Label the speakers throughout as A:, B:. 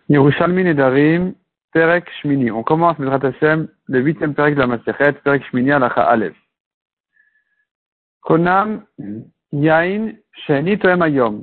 A: Yerushalmi Nedarim, Perek Shmini. On commence Bezrat Hashem, le 8e Perek de la Masechet, Perek Shmini Halacha Aleph. Konam Yain Sheni Toem Hayom.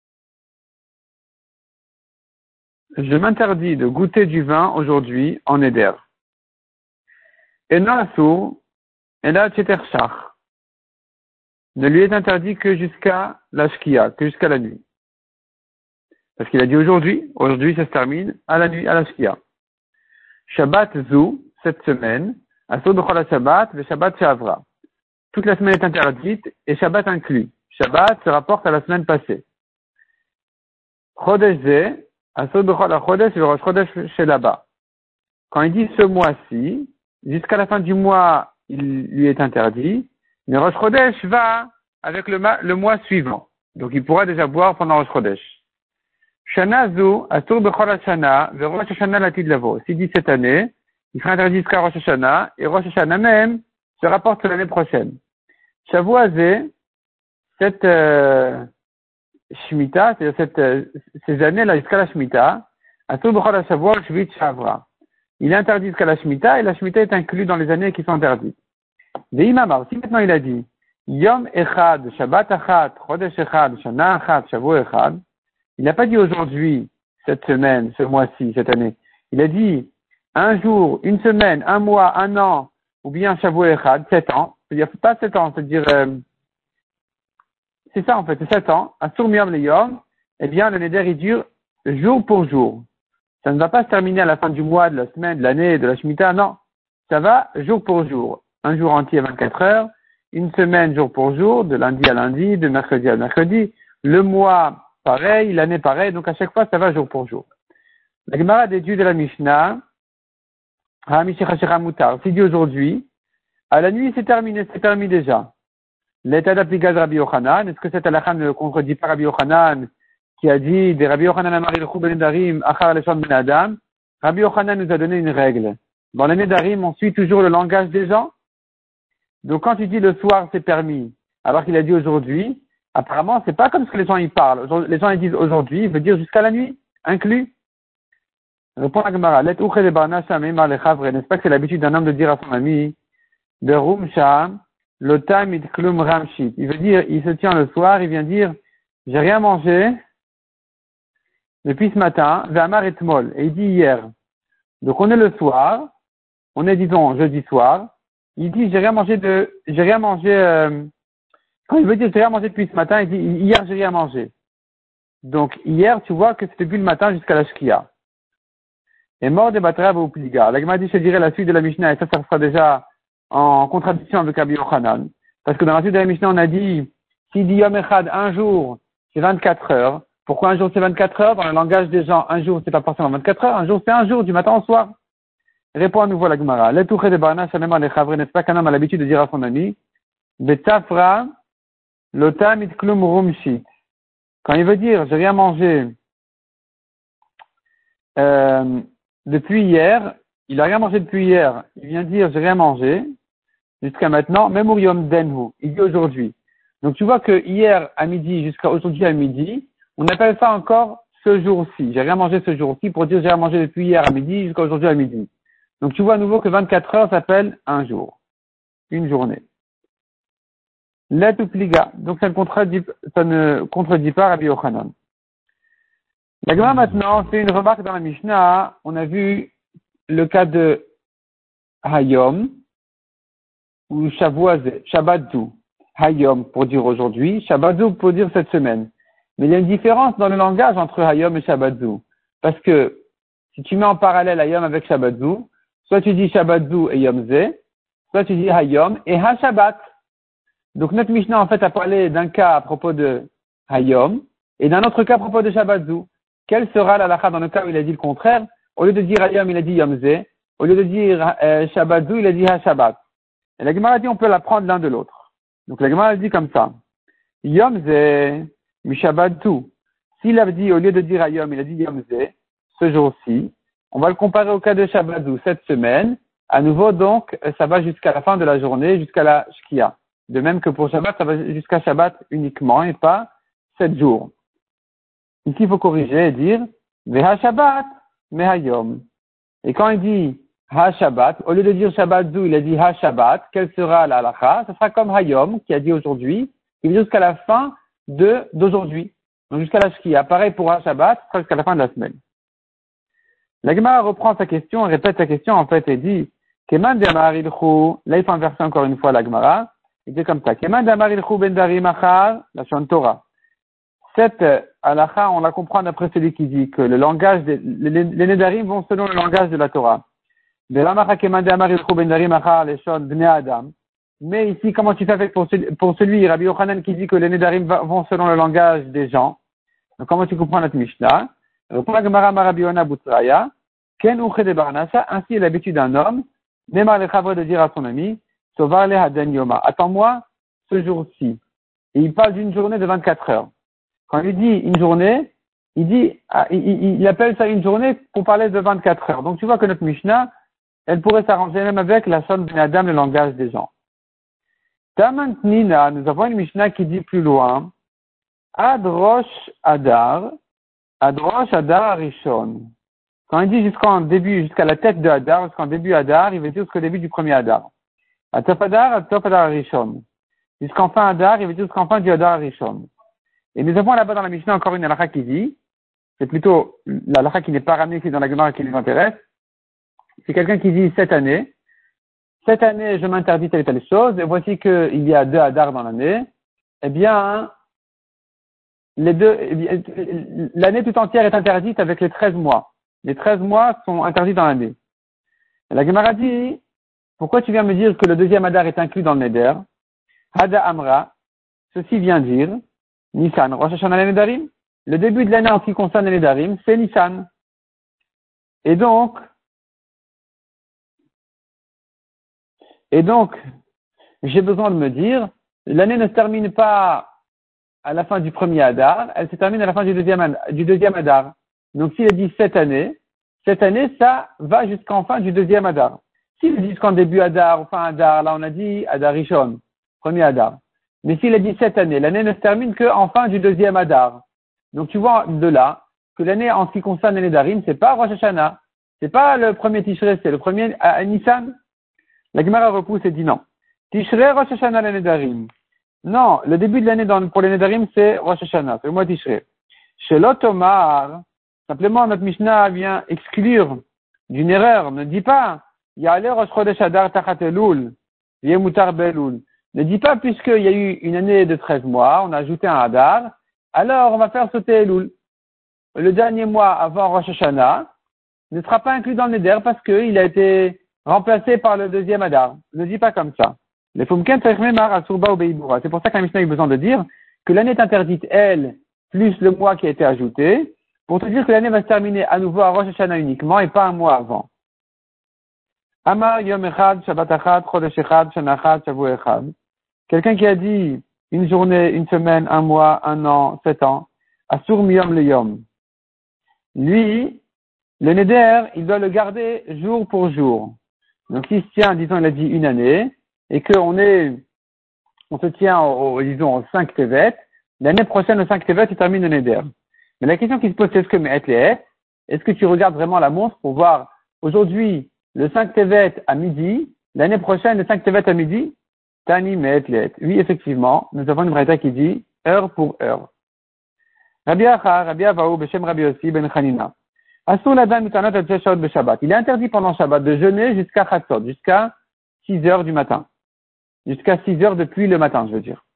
A: Je m'interdis de goûter du vin aujourd'hui en Eder. Eno Asur, Ela Tcheter Shach. Ne lui est interdit que jusqu'à la Shkia, que jusqu'à la nuit. Parce qu'il a dit aujourd'hui ça se termine à la nuit, à la Shkia. Shabbat Zou, cette semaine, Asur Bechol HaShabbat, le Shabbat She'avra. Toute la semaine est interdite et Shabbat inclus. Shabbat se rapporte à la semaine passée. Chodesh Ze, Asur Bechol HaChodesh, le Rosh Chodesh She'laba. Quand il dit ce mois-ci, jusqu'à la fin du mois, il lui est interdit, mais Rosh Chodesh va avec le mois suivant. Donc il pourra déjà boire pendant Rosh Chodesh. Shana Zu, Asur Bechol HaShana, ve Rosh Hashanah Latid Lavo. S'il dit cette année, il sera interdit jusqu'à Rosh Hashanah, et Rosh Hashanah même se rapporte sur l'année prochaine. Shavua Ze, cette Shemitah, c'est-à-dire ces années-là jusqu'à la Shemitah, Asur Bechol HaShavua, Shvit Shavra. Il est interdit jusqu'à la Shemitah, et la Shemitah est inclue dans les années qui sont interdites. Ve'imamar, si maintenant il a dit, Yom Echad, Shabbat Echad, Chodesh Echad, Shana Echad, Shavua Echad, il n'a pas dit aujourd'hui, cette semaine, ce mois-ci, cette année. Il a dit un jour, une semaine, un mois, un an, ou bien Shavua Echad, 7 ans. C'est-à-dire pas 7 ans, c'est-à-dire c'est ça en fait, c'est 7 ans. Asur Miyom Leyom, eh bien le Neder il dure jour pour jour. Ça ne va pas se terminer à la fin du mois, de la semaine, de l'année, de la Shemitah, non. Ça va jour pour jour. Un jour entier, 24 heures. Une semaine, jour pour jour, de lundi à lundi, de mercredi à mercredi. Le mois, pareil, l'année pareil, donc à chaque fois ça va jour pour jour. La Gemara déduit de la Mishnah, s'il dit aujourd'hui, à la nuit c'est terminé déjà. L'état d'application de Rabbi Yochanan, est-ce que cet halakha ne contredit pas Rabbi Yochanan qui a dit de Rabbi Yochanan Amari l'chou ben Nedarim achar leshon ben Adam? Rabbi Yochanan nous a donné une règle. Dans les Nedarim, on suit toujours le langage des gens. Donc quand il dit le soir c'est permis, alors qu'il a dit aujourd'hui, apparemment, c'est pas comme ce que les gens y parlent. Les gens ils disent aujourd'hui, il veut dire jusqu'à la nuit, inclus. Répond la Gemara, n'est-ce pas que c'est l'habitude d'un homme de dire à son ami, de Rumsha, Lotam it klum ramshit. Il veut dire, il se tient le soir, il vient dire, j'ai rien mangé depuis ce matin, ve'amar etmol, et il dit hier. Donc on est le soir, on est disons jeudi soir, il dit j'ai rien mangé, quand il veut dire j'ai rien mangé depuis ce matin, il dit hier j'ai rien mangé. Donc hier tu vois que c'était bu le matin jusqu'à la shkia. Et mort des batraves ou pliga. La Gemara dit je dirais la suite de la Mishnah et ça sera déjà en contradiction avec Rabbi Yochanan. Parce que dans la suite de la Mishnah on a dit s'il dit Yom Echad un jour c'est 24 heures. Pourquoi un jour c'est 24 heures? Dans le langage des gens un jour c'est pas forcément 24 heures, un jour c'est un jour du matin au soir. Répond à nouveau la Gemara. L'etouché de Barna Shamema Lechavre, n'est-ce pas qu'un homme a l'habitude de dire à son ami Betafra Lotam it klum rumshit. Quand il veut dire j'ai rien mangé depuis hier, il a rien mangé depuis hier, il vient dire j'ai rien mangé jusqu'à maintenant, même au Yom Denhu, il dit aujourd'hui. Donc tu vois que hier à midi jusqu'à aujourd'hui à midi, on appelle ça encore ce jour-ci. J'ai rien mangé ce jour-ci pour dire j'ai rien mangé depuis hier à midi jusqu'à aujourd'hui à midi. Donc tu vois à nouveau que 24 heures s'appelle un jour, une journée. Let ou pliga. Donc ça ne contredit pas Rabbi Yochanan. La Gemara maintenant fait une remarque dans la Mishnah. On a vu le cas de Hayom ou Shavuazé, Shabbatzou. Hayom pour dire aujourd'hui, Shabbatzou pour dire cette semaine. Mais il y a une différence dans le langage entre Hayom et Shabbatzou. Parce que si tu mets en parallèle Hayom avec Shabbatzou, soit tu dis Shabbatzou et Yom Zé, soit tu dis Hayom et Ha-Shabbat. Donc notre Mishnah en fait a parlé d'un cas à propos de Hayom et d'un autre cas à propos de Shabbatzou. Quel sera l'halakha dans le cas où il a dit le contraire? Au lieu de dire Hayom, il a dit Yom Zé. Au lieu de dire Shabbatzou, il a dit Ha-Shabbat. Et la Gemara dit on peut l'apprendre l'un de l'autre. Donc la Gemara dit comme ça. Yom Zé, mi Shabbatzou. S'il a dit au lieu de dire Hayom, il a dit Yom Zé, ce jour-ci, on va le comparer au cas de Shabbatzou cette semaine. À nouveau donc, ça va jusqu'à la fin de la journée, jusqu'à la Shkia. De même que pour Shabbat, ça va jusqu'à Shabbat uniquement et pas 7 jours. Ici, il faut corriger et dire Veha Shabbat, mehayom. Et quand il dit ha-shabbat, au lieu de dire shabbat zou, il a dit ha-shabbat, quelle sera la halakha? Ce sera comme hayom, qui a dit aujourd'hui, qui veut dire jusqu'à la fin d'aujourd'hui. Donc jusqu'à la shkia. Pareil pour ha-shabbat, ce sera jusqu'à la fin de la semaine. La Gemara reprend sa question, répète sa question en fait et dit Keman d'amar ilchou, là il faut inverser encore une fois la Gemara, il dit comme ça, Keman d'amar ilchou ben darim achar, la Shon Torah. Cette halakha, on la comprend d'après celui qui dit que le langage les nedarim vont selon le langage de la Torah. De l'amacha keman d'amar ilchou ben darim achar, les Shon bnei Adam. Mais ici, comment tu fais avec pour celui, Rabbi Yochanan qui dit que les nedarim vont selon le langage des gens. Donc comment tu comprends notre Mishnah? Répond la Gemara Rabbi Yona Boutraya, Ken uche de barnasa, ainsi est l'habitude d'un homme, Nemar le chavre de dire à son ami, Sovar le haden yoma, attends-moi ce jour-ci. Et il parle d'une journée de 24 heures. Quand il dit une journée, il appelle ça une journée pour parler de 24 heures. Donc tu vois que notre Mishnah, elle pourrait s'arranger même avec la Shon ben Adam, le langage des gens. Tamant Nina, nous avons une Mishnah qui dit plus loin, Ad Rosh Adar Rishon. Quand il dit jusqu'à la tête de Adar, jusqu'en début Adar, il veut dire jusqu'au début du premier Adar. Atop Adar Rishon. Jusqu'en fin Adar, il veut dire jusqu'en fin du Adar Rishon. Et nous avons là-bas dans la Mishnah encore une halakha qui dit, c'est plutôt la halakha qui n'est pas ramenée ici dans la Gemara qui nous intéresse, c'est quelqu'un qui dit cette année je m'interdis telle et telle chose, et voici qu'il y a 2 Adar dans l'année, eh bien, l'année tout entière est interdite avec les 13 mois. Les 13 mois sont interdits dans l'année. Et la Gemara dit, pourquoi tu viens me dire que le deuxième Adar est inclus dans le Neder? Hada Amra, ceci vient dire, Nissan, Rosh Hashanah Nedarim. Le début de l'année en ce qui concerne les Nedarim, c'est Nissan. Et donc, j'ai besoin de me dire, l'année ne se termine pas à la fin du premier Adar, elle se termine à la fin du deuxième Adar. Donc s'il a dit cette année, ça va jusqu'en fin du deuxième Adar. S'il dit jusqu'en début Adar ou fin Adar, là on a dit Adar Rishon, premier Adar. Mais s'il a dit cette année, l'année ne se termine qu'en fin du deuxième Adar. Donc tu vois de là que l'année en ce qui concerne l'année d'Arim, c'est pas Rosh Hashanah, c'est pas le premier Tishrei, c'est le premier Nissan. La Gemara repousse et dit non. Tishrei Rosh Hashanah l'année d'Arim. Non, le début de l'année pour l'année d'Arim, c'est Rosh Hashanah, c'est le mois Tishrei. Chez l'Otomar, simplement notre Mishnah vient exclure d'une erreur. Ne dit pas, Ya'ale Rosh Chodesh Adar Tachat Elul, Yemutar Be'Elul. Ne dis pas, puisqu'il y a eu une année de 13 mois, on a ajouté un Adar, alors on va faire sauter Elul. Le dernier mois avant Rosh Hashanah ne sera pas inclus dans le Neder parce qu'il a été remplacé par le deuxième Adar. Ne dis pas comme ça. C'est pour ça que la Mishnah a eu besoin de dire que l'année est interdite, elle, plus le mois qui a été ajouté, pour te dire que l'année va se terminer à nouveau à Rosh Hashanah uniquement et pas un mois avant. Amar Yom Echad, Shabbat Echad, Chodesh Echad, Shana Echad, Shavu Echad. Quelqu'un qui a dit une journée, une semaine, un mois, un an, 7 ans, Asur Miyom le Yom. Lui, le Neder, il doit le garder jour pour jour. Donc s'il se tient, disons, il a dit une année, et qu'on se tient disons, au 5 Tevet, l'année prochaine, au 5 Tevet, il termine le Neder. Mais la question qui se pose, c'est est-ce que tu regardes vraiment la montre pour voir aujourd'hui, le 5 Tevet à midi, l'année prochaine, le 5 Tevet à midi? Tani Me'etlet. Oui, effectivement, nous avons une braïta qui dit heure pour heure. Rabbi Avahu, Beshem Rabbi Yossi, Ben Chanina. Asur l'adam mitanot ad sheshot b'Shabbat. Il est interdit pendant Shabbat de jeûner jusqu'à Chatzot, jusqu'à 6 heures du matin. Jusqu'à 6 heures depuis le matin, je veux dire.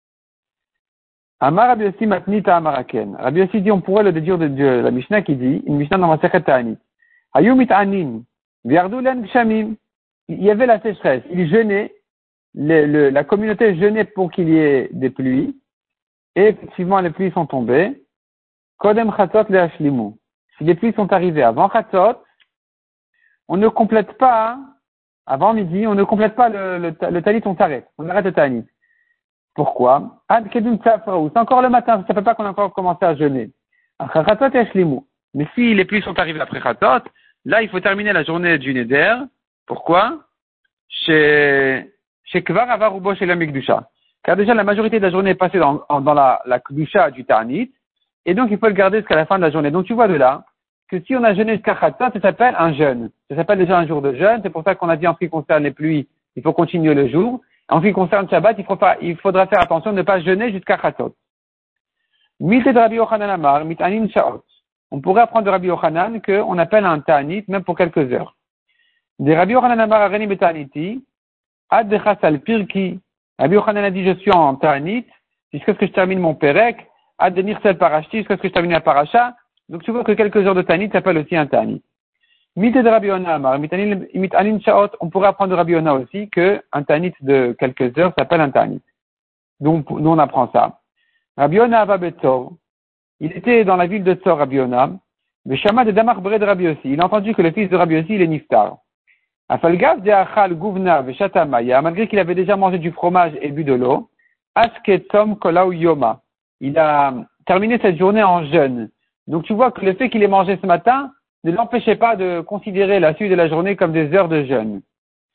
A: Amar Rabbi Yossi matnita amaraken. Rabbi Yossi dit, on pourrait le déduire de la Mishnah qui dit, une Mishnah dans ma Masechet Ta'anit. Hayu mit'anin, v'yardu len gshamim. Il y avait la sécheresse. Il jeûnait, la communauté jeûnait pour qu'il y ait des pluies. Et effectivement, les pluies sont tombées. Kodem chatzot le'ashlimu. Si les pluies sont arrivées avant chatzot, on ne complète pas, avant midi, on ne complète pas le talit, on s'arrête. On arrête le talit. Pourquoi? Ad kedum tzafraou. C'est encore le matin, ça ne fait pas qu'on a encore commencé à jeûner. Chatzot le'ashlimu. Mais si les pluies sont arrivées après chatzot, là, il faut terminer la journée du neder. Pourquoi? Chez Kvar Avarubo chez l'Amikdusha. Car déjà, la majorité de la journée est passée dans la Kdusha du Ta'anit, et donc il faut le garder jusqu'à la fin de la journée. Donc tu vois de là que si on a jeûné jusqu'à Chatzot, ça s'appelle un jeûne. Ça s'appelle déjà un jour de jeûne. C'est pour ça qu'on a dit en ce qui concerne les pluies, il faut continuer le jour. En ce qui concerne Shabbat, il faudra faire attention de ne pas jeûner jusqu'à Chatzot. Mitet de Rabbi Yochanan Amar, mitanin sha'ot. On pourrait apprendre de Rabbi Yochanan qu'on appelle un ta'anit, même pour quelques heures. De Rabbi Yochanan Amar areni betaniti, ad dechas al pirki. Rabbi Yochanan a dit, je suis en ta'anit, jusqu'à ce que je termine mon perek, ad denir sel parashti, jusqu'à ce que je termine la paracha. Donc tu vois que quelques heures de ta'anit s'appelle aussi un ta'anit. Mitet de Rabbi Yochanan Amar, mitanin sha'ot. On pourrait apprendre de Rabbi Yochanan aussi qu'un ta'anit de quelques heures s'appelle un ta'anit. Donc, nous on apprend ça. Rabbi Yona Ava Betzor, il était dans la ville de Tzor, Rabbi Yona, Veshama de Damar Bred Rabbi Yossi. Il a entendu que le fils de Rabbi Yossi, il est niftar. Afalgav de Achal Guvna Veshata Maya, malgré qu'il avait déjà mangé du fromage et bu de l'eau, Asketom Kolau Yoma. Il a terminé cette journée en jeûne. Donc tu vois que le fait qu'il ait mangé ce matin ne l'empêchait pas de considérer la suite de la journée comme des heures de jeûne.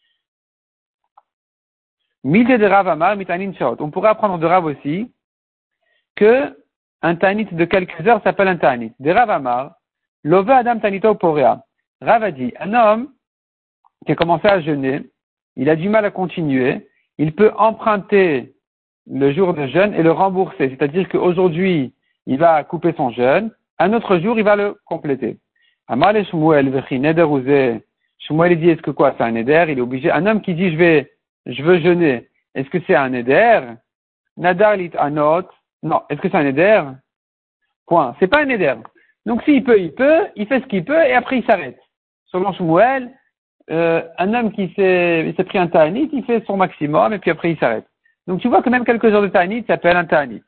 A: Mide de Rav Amar, Mitanin Shot. On pourrait apprendre de Rav aussi que un ta'anit de quelques heures s'appelle un ta'anit. De Rav Amar, Love Adam Tanito Porea. Rav a dit, un homme qui a commencé à jeûner, il a du mal à continuer, il peut emprunter le jour de jeûne et le rembourser. C'est-à-dire qu'aujourd'hui, il va couper son jeûne, un autre jour, il va le compléter. Amar le Shmuel, Vechi Neder Uze. Shmuel dit, est-ce que quoi, c'est un neder? Il est obligé. Un homme qui dit, je veux jeûner, est-ce que c'est un neder? Nadar lit anot. Non, est-ce que c'est un neder? Point. C'est pas un neder. Donc s'il peut, il fait ce qu'il peut et après il s'arrête. Selon Shmuel, un homme qui s'est pris un ta'anit, il fait son maximum et puis après il s'arrête. Donc tu vois que même quelques heures de ta'anit s'appelle un ta'anit.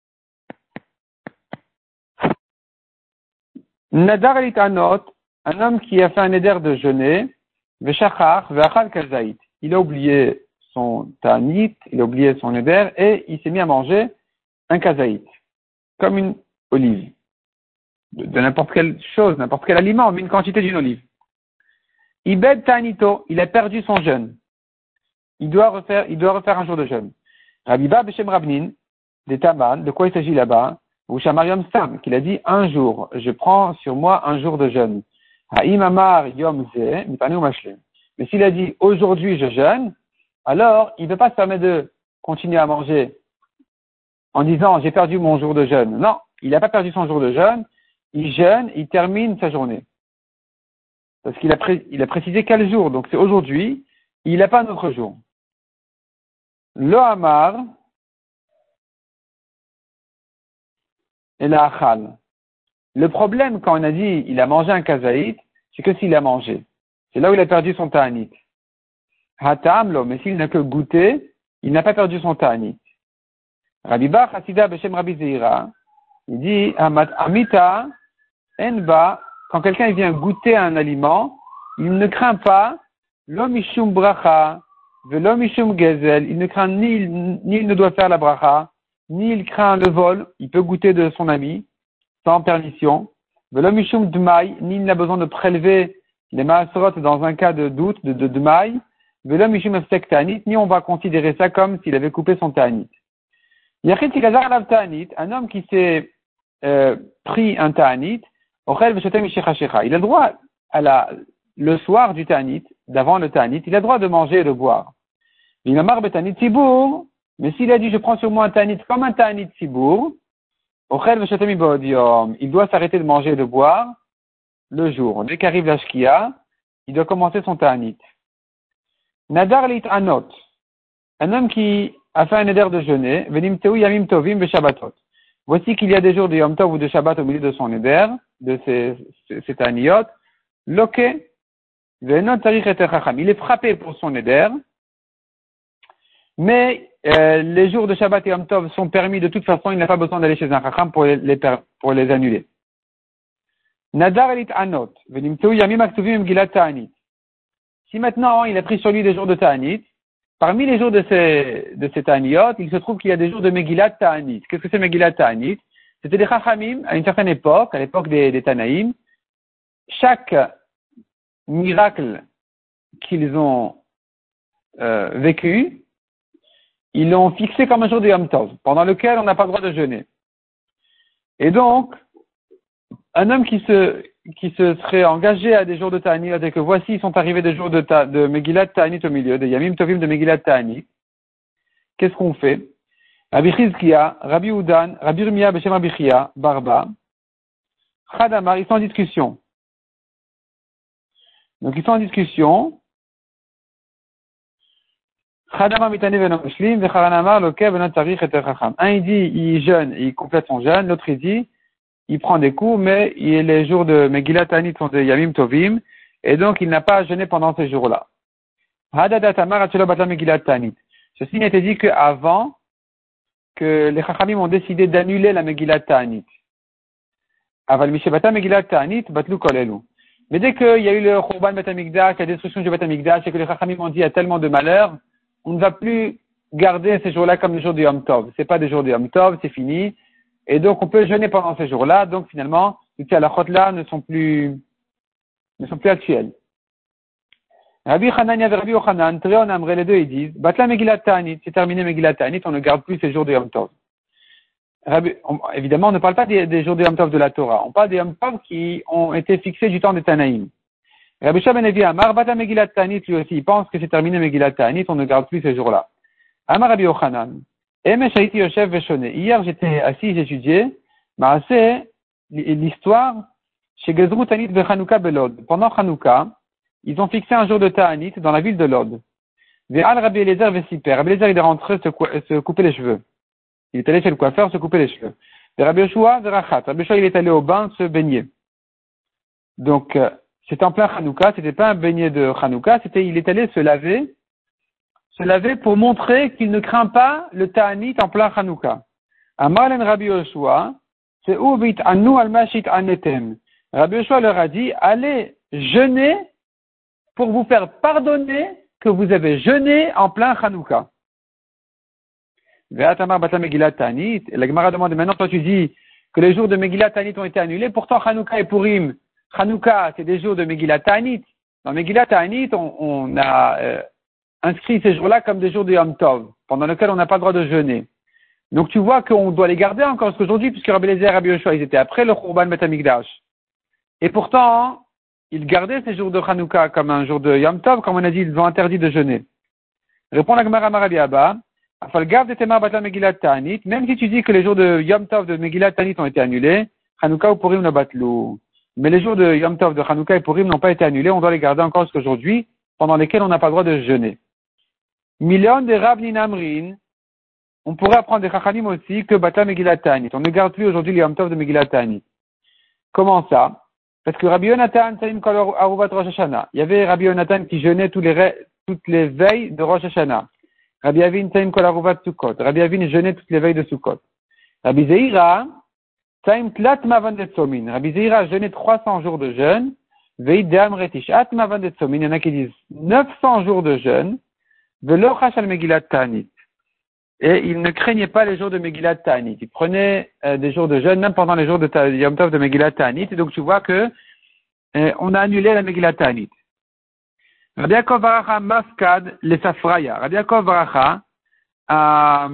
A: Nadar lit anot, un homme qui a fait un neder de jeûner, veshachar, ve'achal kazaït. Il a oublié son ta'anit, il a oublié son neder et il s'est mis à manger un kazaït, comme une olive, de n'importe quelle chose, n'importe quel aliment, mais une quantité d'une olive. Ibed ta'anito, il a perdu son jeûne. Il doit refaire un jour de jeûne. Rabiba Beshem Rabnin, des Taman, de quoi il s'agit là-bas? Ou Shamariam Sam, qu'il a dit un jour, je prends sur moi un jour de jeûne. Ha'im Amar Yom Ze, Mipane ou Mashlem. Mais s'il a dit aujourd'hui je jeûne, alors il ne peut pas se permettre de continuer à manger en disant j'ai perdu mon jour de jeûne. Non, il n'a pas perdu son jour de jeûne, il jeûne, il termine sa journée. Parce qu'il a précisé quel jour, donc c'est aujourd'hui, il n'a pas un autre jour. Le Hamar et la Achal. Le problème quand on a dit il a mangé un kazaït, c'est que s'il a mangé. C'est là où il a perdu son ta'anit. Hatamlo, mais s'il n'a que goûté, il n'a pas perdu son ta'anit. Rabbi Bar Hasida Beshem Rabbi Zeira, il dit, Amita, Enba, quand quelqu'un vient goûter un aliment, il ne craint pas, l'omishum bracha, velomishum gezel, il ne craint ni il ne doit faire la bracha, ni il craint le vol, il peut goûter de son ami, sans permission, velomishum dmaï, ni il n'a besoin de prélever les maasorot dans un cas de doute, de dmaï, velomishum afsek ta'anit, ni on va considérer ça comme s'il avait coupé son ta'anit. Yachid Tikazar Alav Ta'anit, un homme qui s'est pris un Ta'anit, Ochel Veshotem Ishecha. Il a le droit le soir du Ta'anit, d'avant le Ta'anit, il a le droit de manger et de boire. Il a marre Betanit Tibour, mais s'il a dit je prends sur moi un Ta'anit comme un Ta'anit Tibour, Ochel Veshotem Ibodiom, il doit s'arrêter de manger et de boire le jour. Dès qu'arrive la Shkia, il doit commencer son Ta'anit. Nadar Lit Anot, un homme qui a fait un neder de jeûner, venimteu yamim tovim beshabbatot. Voici qu'il y a des jours de Yom Tov ou de Shabbat au milieu de son neder, de ses ta'aniyot, loke, venot tarich et chacham. Il est frappé pour son neder, mais les jours de Shabbat et Yom Tov sont permis de toute façon, il n'a pas besoin d'aller chez un chacham pour les annuler. Nadar elit anot, venimteu yamim aktuvim gilat ta'anit. Si maintenant il a pris sur lui des jours de ta'anit, parmi les jours de ces Ta'aniyot, il se trouve qu'il y a des jours de Megillat Ta'anit. Qu'est-ce que c'est Megillat Ta'anit? C'était des Chachamim, à une certaine époque, à l'époque des Tanaïm. Chaque miracle qu'ils ont vécu, ils l'ont fixé comme un jour de Yom Tov, pendant lequel on n'a pas le droit de jeûner. Et donc, un homme qui qui se seraient engagés à des jours de Ta'anit, c'est que voici, ils sont arrivés des jours de Megillat Ta'anit au milieu, des Yamim Tovim de Megillat Ta'anit. Qu'est-ce qu'on fait? Rabbi Chizkia, Rabbi Udan, Rabbi Rumia, Beshem Rabbi Chia, Barba, Chadamar, ils sont en discussion. Donc ils sont en discussion. Chadamar mitane venom shlim, vecharanamar lokev venot tarich et chacham. Un il dit, il jeûne, il complète son jeûne. L'autre il dit, il prend des coups, mais les jours de Megillat Ta'anit sont des Yamim Tovim, et donc il n'a pas à jeûner pendant ces jours-là. Hadadat amar atchelo batla Megillat Ta'anit. Ceci n'était dit qu'avant que les Chachamim ont décidé d'annuler la Megillat Ta'anit. Aval Mishebata Megillat Ta'anit batlu kolelu. Mais dès qu'il y a eu le Khurban Bet HaMikdash, la destruction du Bet HaMikdash, et que les Chachamim ont dit il y a tellement de malheur, on ne va plus garder ces jours-là comme des jours de Yom Tov. C'est pas des jours de Yom Tov, c'est fini. Et donc on peut jeûner pendant ces jours-là. Donc finalement, toutes ces halachot-là ne sont plus actuelles. Rabbi Hanania et Rabbi Yochanan, Tréon Amré, les deux, ils disent, Batla Megillat Ta'anit, c'est terminé Megillat Ta'anit, on ne garde plus ces jours de Yom Tov. Évidemment, on ne parle pas des jours de Yom Tov de la Torah, on parle des Yom Tov qui ont été fixés du temps des Tanaïm. Rabbi Shah ben Levi Amar, Batla Megillat Ta'anit, lui aussi, il pense que c'est terminé Megillat Ta'anit, on ne garde plus ces jours-là. Amar Rabbi Yochanan, Eme Shaiti Yoshev Veshone, hier j'étais assis, j'étudiais, Maaseh, l'histoire, chez Gezrut Ta'anit Bechanouka Belod. Pendant Chanouka, ils ont fixé un jour de Ta'anit dans la ville de Lod. Ve'al Rabbi Eliezer Vesiper. Rabbi Eliezer, il est rentré se couper les cheveux. Il est allé chez le coiffeur se couper les cheveux. Rabbi Yoshua Verachat. Rabbi Yoshua, il est allé au bain se baigner. Donc, c'était en plein Chanouka, c'était pas un beignet de Chanouka, il est allé se laver pour montrer qu'il ne craint pas le Ta'anit en plein Chanouka. Amalen Rabbi Yoshua, c'est Uvit Anu Almashit Anetem. Rabbi Yoshua leur a dit, allez jeûner pour vous faire pardonner que vous avez jeûné en plein Chanouka. Ve'atamar batla Megillat Ta'anit. La Gemara demande, maintenant toi tu dis que les jours de Megillat Ta'anit ont été annulés, pourtant Chanouka et Purim. Chanouka, c'est des jours de Megillat Ta'anit. Dans Megillat Ta'anit, on a inscrit ces jours-là comme des jours de Yom Tov, pendant lesquels on n'a pas le droit de jeûner. Donc tu vois qu'on doit les garder encore jusqu'aujourd'hui, puisque Rabbi Eliezer et Rabbi Yoshua, ils étaient après le Khurban Bet HaMikdash. Et pourtant, ils gardaient ces jours de Chanouka comme un jour de Yom Tov, comme on a dit, ils ont interdit de jeûner. Répond la Gemara Rabbi Abba, Afalgav de Temar Batla Megillat Ta'anit, même si tu dis que les jours de Yom Tov de Megillat Ta'anit ont été annulés, Chanouka ou Purim ne batlou. Mais les jours de Yom Tov de Chanouka et Purim n'ont pas été annulés, on doit les garder encore jusqu'aujourd'hui, pendant lesquels on n'a pas le droit de jeûner. Million de Rav Ninamrin, on pourrait apprendre des Chachamim aussi que Batla Megillat Ta'anit. On ne garde plus aujourd'hui les Yom Tov de Megillat Ta'anit. Comment ça? Parce que Rabbi Yonatan, Saïm Kol Aruvat Rosh Hashanah. Il y avait Rabbi Yonatan qui jeûnait toutes les veilles de Rosh Hashanah. Rabbi Avin, Saïm Kol Aruvat Sukkot. Rabbi Avin jeûnait toutes les veilles de Sukkot. Rabbi Zeira, Saïm Tlat Mavan de Tzomin. Rabbi Zeira jeûnait 300 jours de jeûne. Veid Deam Retish At Mavan de Tzomin. Il y en a qui disent 900 jours de jeûne. Velo Chashal Megillat Ta'anit. Et il ne craignait pas les jours de Megillat Ta'anit. Il prenait des jours de jeûne, même pendant les jours de Yom Tov de Megillat Ta'anit. Et donc tu vois que on a annulé la Megillat Ta'anit. Rabbi Yaakov Baracha Mafkad le Safraya. Rabbi Yaakov Baracha a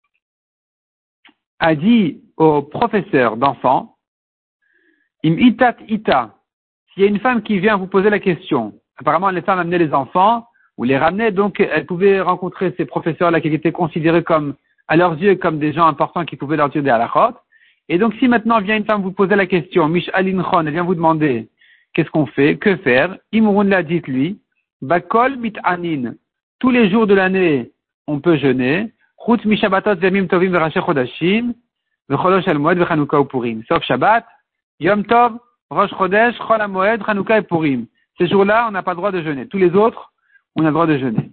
A: dit au professeur d'enfants, Im itat ita. S'il y a une femme qui vient vous poser la question, apparemment les femmes amenaient les enfants, ou les ramenaient, donc elles pouvaient rencontrer ces professeurs-là qui étaient considérés comme, à leurs yeux, comme des gens importants qui pouvaient leur dire des halachot. Et donc si maintenant vient une femme vous poser la question, Mish Alinchon, elle vient vous demander, qu'est-ce qu'on fait, que faire? Imrun l'a dit lui, Bakol mit anin. Tous les jours de l'année, on peut jeûner. Chutz mi Shabbatot v'yamim tovim v'rashi chodashim v'cholosh al moed v'chanouka ou Purim. Sauf Shabbat, Yom Tov, Rosh Chodesh, Chol HaMoed, Chanouka et Purim. Ces jours-là, on n'a pas le droit de jeûner. Tous les autres, on a le droit de jeûner.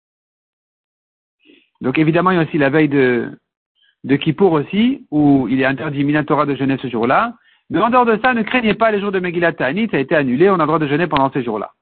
A: Donc évidemment, il y a aussi la veille de Kippour aussi, où il est interdit minatora de jeûner ce jour-là. Mais en dehors de ça, ne craignez pas les jours de Megillat Ta'anit, ça a été annulé, on a le droit de jeûner pendant ces jours-là.